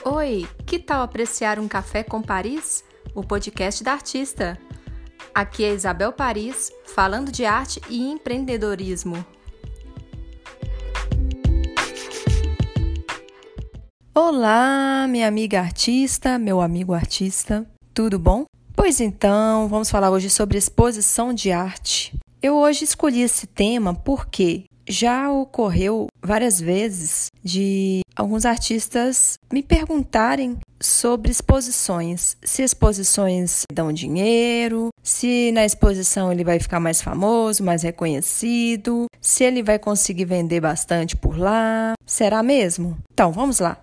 Oi, que tal apreciar um café com Paris? O podcast da artista. Aqui é Isabel Paris, falando de arte e empreendedorismo. Olá, minha amiga artista, meu amigo artista, tudo bom? Pois então, vamos falar hoje sobre exposição de arte. Eu hoje escolhi esse tema porque já ocorreu várias vezes de alguns artistas me perguntarem sobre exposições. Se exposições dão dinheiro, se na exposição ele vai ficar mais famoso, mais reconhecido, se ele vai conseguir vender bastante por lá. Será mesmo? Então, vamos lá.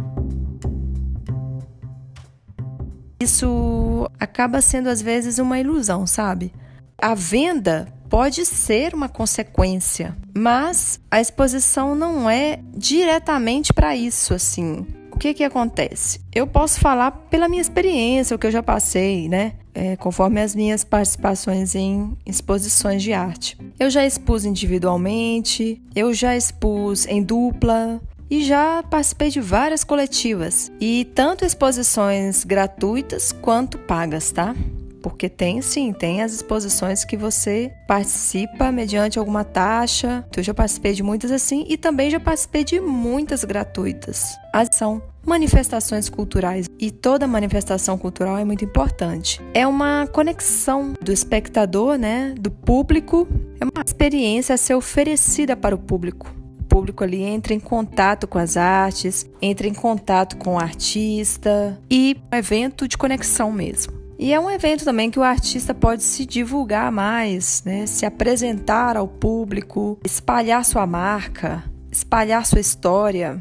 Isso acaba sendo às vezes uma ilusão, sabe? A venda pode ser uma consequência, mas a exposição não é diretamente para isso, assim. O que acontece? Eu posso falar pela minha experiência, o que eu já passei, né? Conforme as minhas participações em exposições de arte. Eu já expus individualmente, eu já expus em dupla e já participei de várias coletivas. E tanto exposições gratuitas quanto pagas, tá? Porque tem as exposições que você participa mediante alguma taxa. Eu já participei de muitas assim e também já participei de muitas gratuitas. São manifestações culturais e toda manifestação cultural é muito importante. É uma conexão do espectador, né, do público. É uma experiência a ser oferecida para o público. O público ali entra em contato com as artes, entra em contato com o artista e é um evento de conexão mesmo. E é um evento também que o artista pode se divulgar mais, né? Se apresentar ao público, espalhar sua marca, espalhar sua história.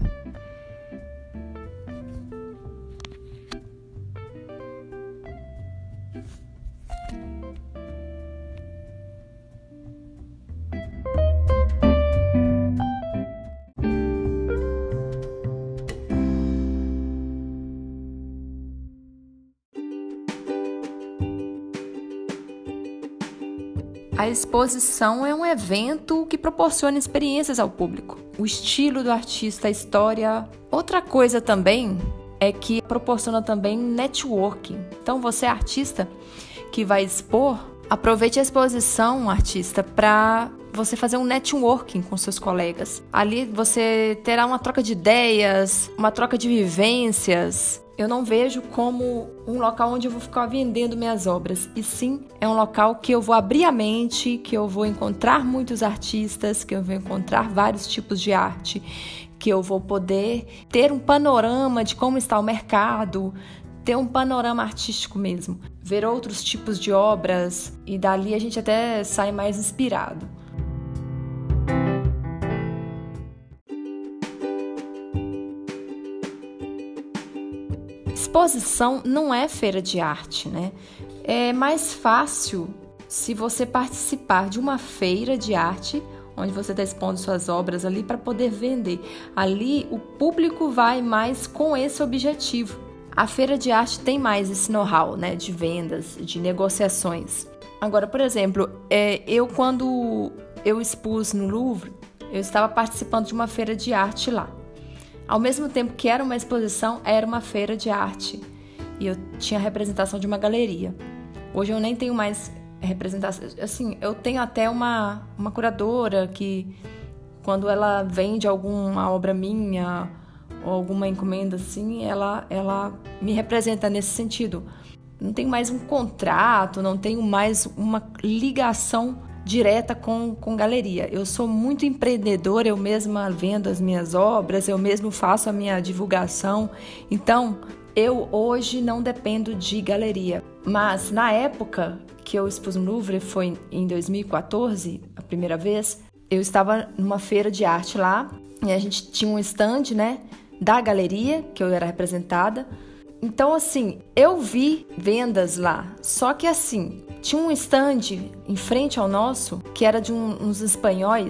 A exposição é um evento que proporciona experiências ao público. O estilo do artista, a história. Outra coisa também é que proporciona também networking. Então, você é artista que vai expor, aproveite a exposição, artista, para você fazer um networking com seus colegas. Ali você terá uma troca de ideias, uma troca de vivências. Eu não vejo como um local onde eu vou ficar vendendo minhas obras, e sim é um local que eu vou abrir a mente, que eu vou encontrar muitos artistas, que eu vou encontrar vários tipos de arte, que eu vou poder ter um panorama de como está o mercado, ter um panorama artístico mesmo, ver outros tipos de obras, e dali a gente até sai mais inspirado. Exposição não é feira de arte, né? É mais fácil se você participar de uma feira de arte, onde você está expondo suas obras ali para poder vender. Ali o público vai mais com esse objetivo. A feira de arte tem mais esse know-how, né? De vendas, de negociações. Agora, por exemplo, quando eu expus no Louvre, eu estava participando de uma feira de arte lá. Ao mesmo tempo que era uma exposição, era uma feira de arte. E eu tinha representação de uma galeria. Hoje eu nem tenho mais representação. Assim, eu tenho até uma curadora que, quando ela vende alguma obra minha ou alguma encomenda assim, ela me representa nesse sentido. Não tenho mais um contrato, não tenho mais uma ligação direta com galeria. Eu sou muito empreendedora, eu mesma vendo as minhas obras, eu mesmo faço a minha divulgação. Então, eu hoje não dependo de galeria. Mas na época que eu expus no Louvre, foi em 2014, a primeira vez, eu estava numa feira de arte lá, e a gente tinha um stand, né, da galeria, que eu era representada. Então, assim, eu vi vendas lá, só que assim, tinha um stand em frente ao nosso, que era de uns espanhóis,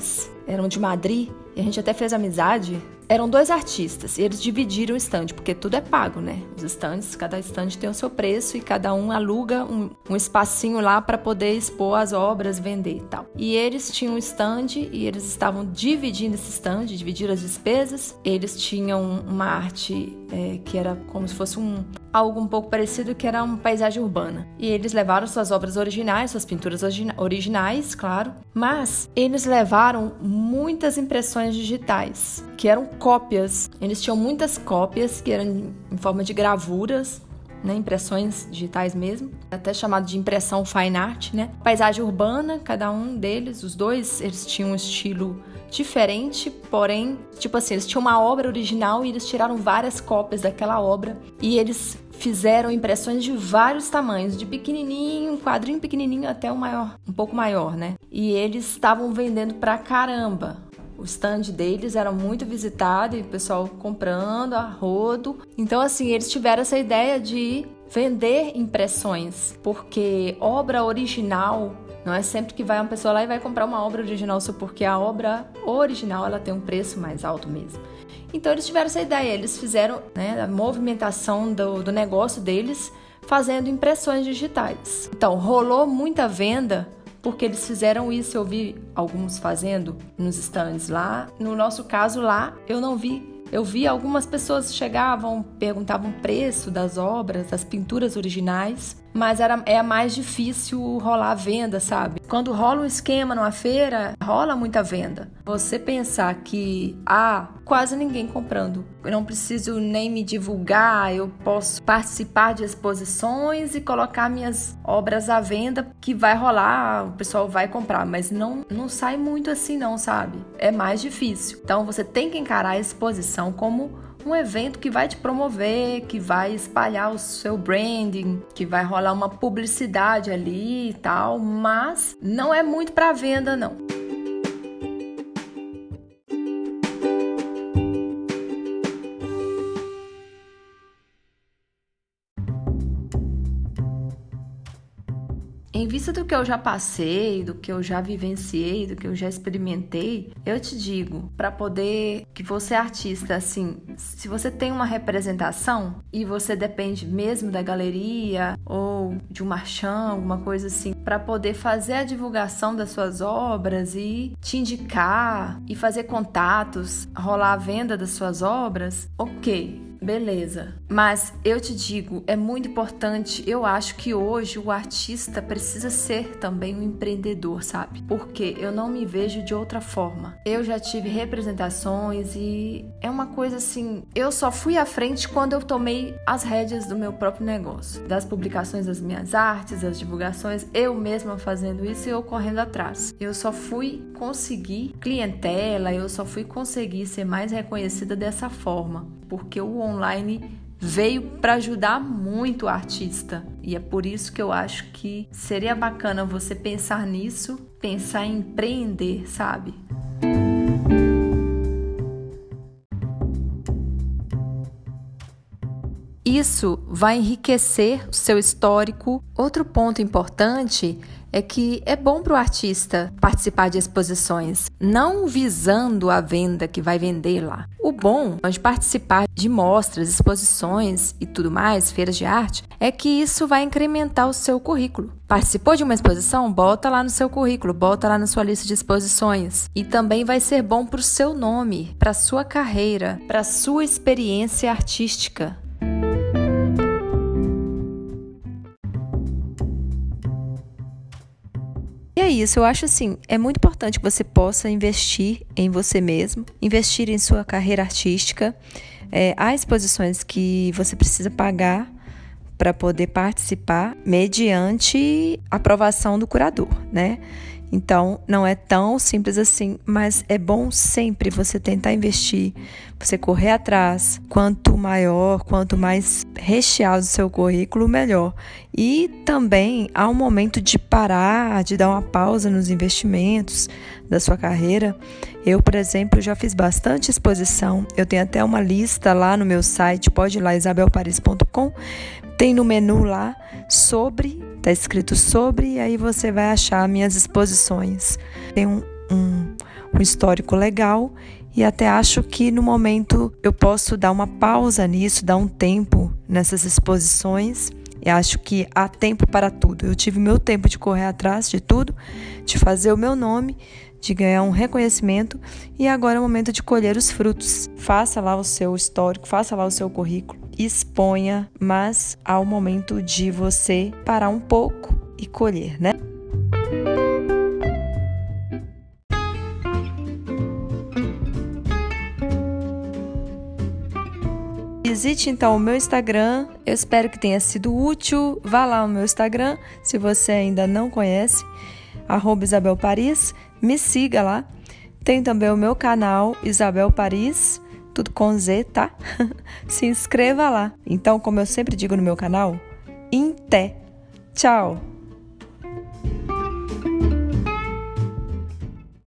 eram de Madrid, e a gente até fez amizade. Eram 2 artistas e eles dividiram o stand, porque tudo é pago, né? Os stands, cada stand tem o seu preço e cada um aluga um espacinho lá para poder expor as obras, vender e tal. E eles tinham um stand e eles estavam dividindo esse stand, dividiram as despesas. Eles tinham uma arte que era como se fosse algo um pouco parecido, que era uma paisagem urbana. E eles levaram suas obras originais, suas pinturas originais, claro, mas eles levaram muitas impressões digitais, que eram cópias. Eles tinham muitas cópias que eram em forma de gravuras, né, impressões digitais mesmo, até chamado de impressão fine art, né? Paisagem urbana, cada um deles, os dois, eles tinham um estilo diferente, porém, tipo assim, eles tinham uma obra original e eles tiraram várias cópias daquela obra e eles fizeram impressões de vários tamanhos, de pequenininho, um quadrinho pequenininho até um pouco maior, né? E eles estavam vendendo pra caramba. O stand deles era muito visitado e o pessoal comprando a rodo. Então, assim, eles tiveram essa ideia de vender impressões, porque obra original não é sempre que vai uma pessoa lá e vai comprar uma obra original só porque a obra original ela tem um preço mais alto mesmo. Então, eles tiveram essa ideia, eles fizeram, né, a movimentação do negócio deles fazendo impressões digitais. Então, rolou muita venda porque eles fizeram isso. Eu vi alguns fazendo nos stands lá. No nosso caso lá, eu não vi. Eu vi algumas pessoas chegavam, perguntavam o preço das obras, das pinturas originais, mas é mais difícil rolar a venda, sabe? Quando rola um esquema numa feira, rola muita venda. Você pensar que quase ninguém comprando, eu não preciso nem me divulgar, eu posso participar de exposições e colocar minhas obras à venda, que vai rolar, o pessoal vai comprar, mas não sai muito assim não, sabe? É mais difícil. Então você tem que encarar a exposição como um evento que vai te promover, que vai espalhar o seu branding, que vai rolar uma publicidade ali e tal, mas não é muito para venda, não. Em vista do que eu já passei, do que eu já vivenciei, do que eu já experimentei, eu te digo, para poder que você é artista, assim, se você tem uma representação e você depende mesmo da galeria ou de um marchand, alguma coisa assim, para poder fazer a divulgação das suas obras e te indicar e fazer contatos, rolar a venda das suas obras, ok. Beleza, mas eu te digo, é muito importante, eu acho que hoje o artista precisa ser também um empreendedor, sabe? Porque eu não me vejo de outra forma. Eu já tive representações e é uma coisa assim, eu só fui à frente quando eu tomei as rédeas do meu próprio negócio, das publicações das minhas artes, das divulgações, eu mesma fazendo isso e eu correndo atrás. Eu só fui conseguir clientela, eu só fui conseguir ser mais reconhecida dessa forma, porque o online veio para ajudar muito o artista. E é por isso que eu acho que seria bacana você pensar nisso, pensar em empreender, sabe? Isso vai enriquecer o seu histórico. Outro ponto importante é que é bom para o artista participar de exposições, não visando a venda que vai vender lá. O bom de participar de mostras, exposições e tudo mais, feiras de arte, é que isso vai incrementar o seu currículo. Participou de uma exposição? Bota lá no seu currículo, bota lá na sua lista de exposições. E também vai ser bom para o seu nome, para a sua carreira, para a sua experiência artística. E é isso, eu acho assim, é muito importante que você possa investir em você mesmo, investir em sua carreira artística. Há exposições que você precisa pagar para poder participar mediante aprovação do curador, né? Então, não é tão simples assim, mas é bom sempre você tentar investir, você correr atrás. Quanto maior, quanto mais recheado o seu currículo, melhor. E também há um momento de parar, de dar uma pausa nos investimentos da sua carreira. Eu, por exemplo, já fiz bastante exposição. Eu tenho até uma lista lá no meu site, pode ir lá, isabelparis.com. Tem no menu lá, está escrito sobre, e aí você vai achar minhas exposições. Tem um histórico legal e até acho que no momento eu posso dar uma pausa nisso, dar um tempo nessas exposições. E acho que há tempo para tudo. Eu tive meu tempo de correr atrás de tudo, de fazer o meu nome, de ganhar um reconhecimento e agora é o momento de colher os frutos. Faça lá o seu histórico, faça lá o seu currículo, exponha, mas há o momento de você parar um pouco e colher, né? Visite então o meu Instagram, eu espero que tenha sido útil. Vá lá no meu Instagram, se você ainda não conhece, @Isabel Paris, me siga lá. Tem também o meu canal, Isabel Paris, tudo com Z, tá? Se inscreva lá. Então, como eu sempre digo no meu canal, em té. Tchau!